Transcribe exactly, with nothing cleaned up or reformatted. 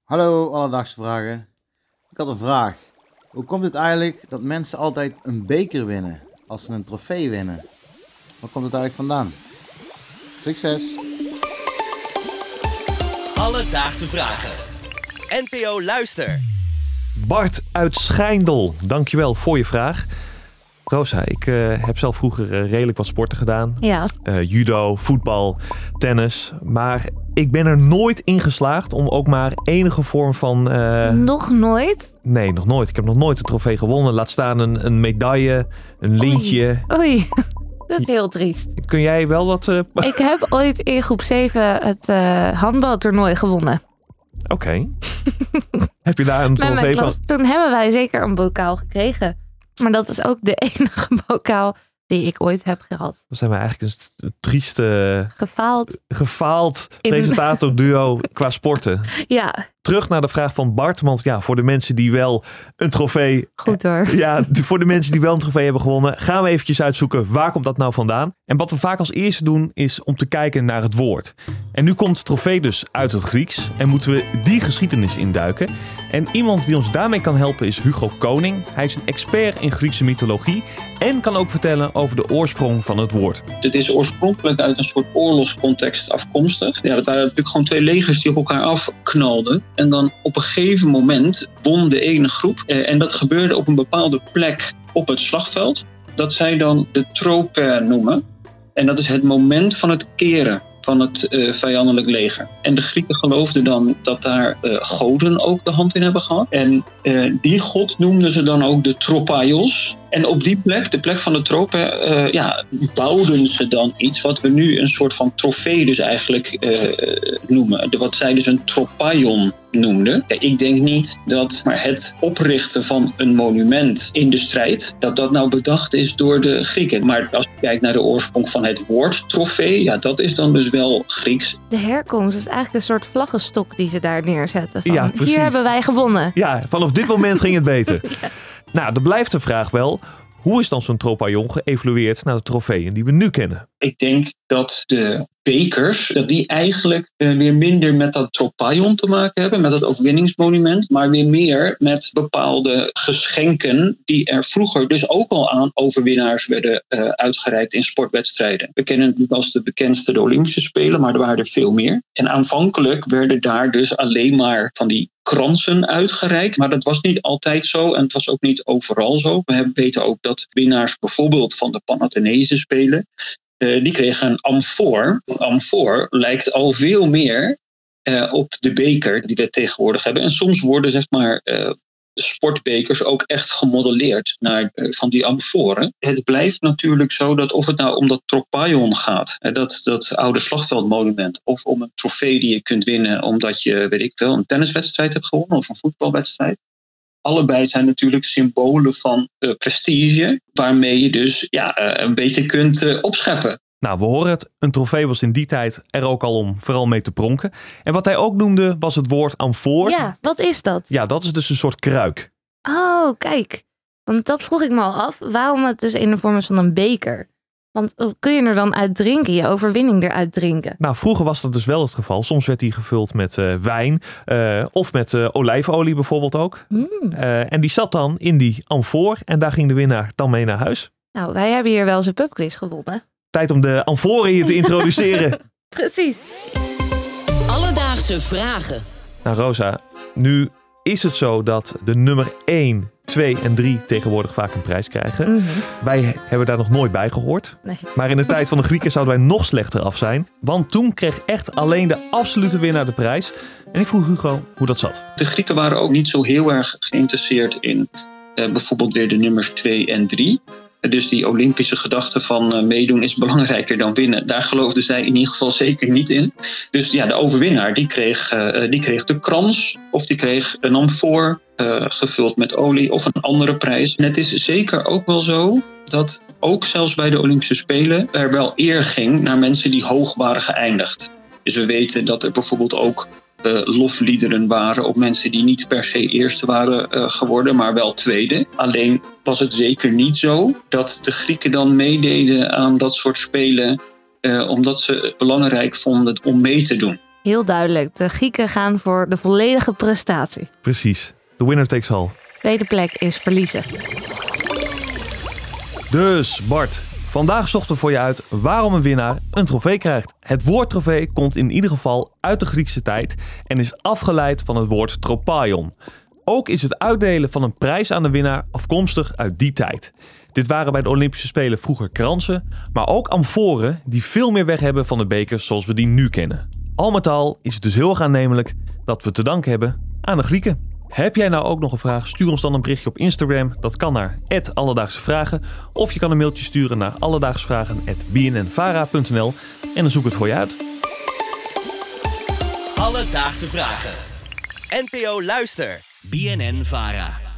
Hallo Alledaagse Vragen. Ik had een vraag. Hoe komt het eigenlijk dat mensen altijd een beker winnen als ze een trofee winnen? Waar komt het eigenlijk vandaan? Succes! Alledaagse Vragen. N P O Luister. Bart uit Schijndel, dankjewel voor je vraag. Rosa, ik uh, heb zelf vroeger uh, redelijk wat sporten gedaan. Ja. Uh, judo, voetbal, tennis. Maar ik ben er nooit in geslaagd om ook maar enige vorm van... Uh... Nog nooit? Nee, nog nooit. Ik heb nog nooit een trofee gewonnen. Laat staan een, een medaille, een lintje. Oei, Oei. Dat is heel triest. Kun jij wel wat... Uh... Ik heb ooit in groep zeven het uh, handbaltoernooi gewonnen. Oké. Okay. Heb je daar een Met trofee mijn klas. van? Toen hebben wij zeker een bokaal gekregen. Maar dat is ook de enige bokaal die ik ooit heb gehad. Dan zijn we eigenlijk een trieste... Gefaald. Gefaald In... presentator-duo qua sporten. Ja. Terug naar de vraag van Bart. Want ja, voor de mensen die wel een trofee... Goed hoor. Ja, voor de mensen die wel een trofee hebben gewonnen... gaan we eventjes uitzoeken waar komt dat nou vandaan. En wat we vaak als eerste doen is om te kijken naar het woord. En nu komt trofee dus uit het Grieks. En moeten we die geschiedenis induiken. En iemand die ons daarmee kan helpen is Hugo Koning. Hij is een expert in Griekse mythologie. En kan ook vertellen over de oorsprong van het woord. Het is oorspronkelijk uit een soort oorlogscontext afkomstig. Ja, dat waren natuurlijk gewoon twee legers die op elkaar afknalden. En dan op een gegeven moment won de ene groep. Eh, en dat gebeurde op een bepaalde plek op het slagveld. Dat zij dan de trope noemen. En dat is het moment van het keren van het uh, vijandelijk leger. En de Grieken geloofden dan dat daar uh, goden ook de hand in hebben gehad. En uh, die god noemden ze dan ook de tropaios. En op die plek, de plek van de tropen, uh, ja, bouwden ze dan iets wat we nu een soort van trofee dus eigenlijk uh, noemen. De, wat zij dus een tropaion noemden. Ja, ik denk niet dat maar het oprichten van een monument in de strijd, dat dat nou bedacht is door de Grieken. Maar als je kijkt naar de oorsprong van het woord trofee, ja, dat is dan dus wel Grieks. De herkomst is eigenlijk een soort vlaggenstok die ze daar neerzetten. Van, Ja, hier hebben wij gewonnen. Ja, vanaf dit moment ging het beter. Ja. Nou, er blijft de vraag wel, hoe is dan zo'n tropaion geëvolueerd naar de trofeeën die we nu kennen? Ik denk dat de bekers, dat die eigenlijk uh, weer minder met dat tropaion te maken hebben, met dat overwinningsmonument, maar weer meer met bepaalde geschenken die er vroeger dus ook al aan overwinnaars werden uh, uitgereikt in sportwedstrijden. We kennen het als de bekendste de Olympische Spelen, maar er waren er veel meer. En aanvankelijk werden daar dus alleen maar van die kransen uitgereikt, maar dat was niet altijd zo en het was ook niet overal zo. We weten ook dat winnaars bijvoorbeeld van de Panathenaïsche Spelen, uh, die kregen een amfoor. Een amfoor lijkt al veel meer uh, op de beker die we tegenwoordig hebben. En soms worden zeg maar uh, sportbekers ook echt gemodelleerd naar uh, van die amforen. Het blijft natuurlijk zo dat of het nou om dat tropaion gaat, uh, dat, dat oude slagveldmonument, of om een trofee die je kunt winnen omdat je, weet ik wel, een tenniswedstrijd hebt gewonnen of een voetbalwedstrijd. Allebei zijn natuurlijk symbolen van uh, prestige, waarmee je dus ja, uh, een beetje kunt uh, opscheppen. Nou, we horen het. Een trofee was in die tijd er ook al om vooral mee te pronken. En wat hij ook noemde was het woord amfoor. Ja, wat is dat? Ja, dat is dus een soort kruik. Oh, kijk. Want dat vroeg ik me al af. Waarom het dus in de vorm is van een beker? Want kun je er dan uit drinken? Je overwinning eruit drinken? Nou, vroeger was dat dus wel het geval. Soms werd die gevuld met uh, wijn uh, of met uh, olijfolie bijvoorbeeld ook. Mm. Uh, en die zat dan in die amfoor en daar ging de winnaar dan mee naar huis. Nou, wij hebben hier wel eens een pubquiz gewonnen. Tijd om de amforen hier te introduceren. Precies. Alledaagse Vragen. Nou Rosa, nu is het zo dat de nummer één, twee en drie tegenwoordig vaak een prijs krijgen. Mm-hmm. Wij hebben daar nog nooit bij gehoord. Nee. Maar in de tijd van de Grieken zouden wij nog slechter af zijn. Want toen kreeg echt alleen de absolute winnaar de prijs. En ik vroeg Hugo hoe dat zat. De Grieken waren ook niet zo heel erg geïnteresseerd in uh, bijvoorbeeld weer de nummers twee en drie. Dus die Olympische gedachte van uh, meedoen is belangrijker dan winnen. Daar geloofden zij in ieder geval zeker niet in. Dus ja, de overwinnaar die kreeg, uh, die kreeg de krans of die kreeg een amfoor uh, gevuld met olie of een andere prijs. En het is zeker ook wel zo dat ook zelfs bij de Olympische Spelen er wel eer ging naar mensen die hoog waren geëindigd. Dus we weten dat er bijvoorbeeld ook Uh, lofliederen waren op mensen die niet per se eerste waren uh, geworden, maar wel tweede. Alleen was het zeker niet zo dat de Grieken dan meededen aan dat soort spelen uh, omdat ze het belangrijk vonden om mee te doen. Heel duidelijk. De Grieken gaan voor de volledige prestatie. Precies. The winner takes all. Tweede plek is verliezen. Dus Bart, vandaag zochten we voor je uit waarom een winnaar een trofee krijgt. Het woord trofee komt in ieder geval uit de Griekse tijd en is afgeleid van het woord tropaion. Ook is het uitdelen van een prijs aan de winnaar afkomstig uit die tijd. Dit waren bij de Olympische Spelen vroeger kransen, maar ook amforen die veel meer weg hebben van de bekers zoals we die nu kennen. Al met al is het dus heel erg aannemelijk dat we te danken hebben aan de Grieken. Heb jij nou ook nog een vraag? Stuur ons dan een berichtje op Instagram. Dat kan naar at Alledaagse Vragen. Of je kan een mailtje sturen naar alledaagsvragen at b n n vara punt n l en dan zoek ik het voor je uit. Alledaagse Vragen. N P O Luister. B N N Vara.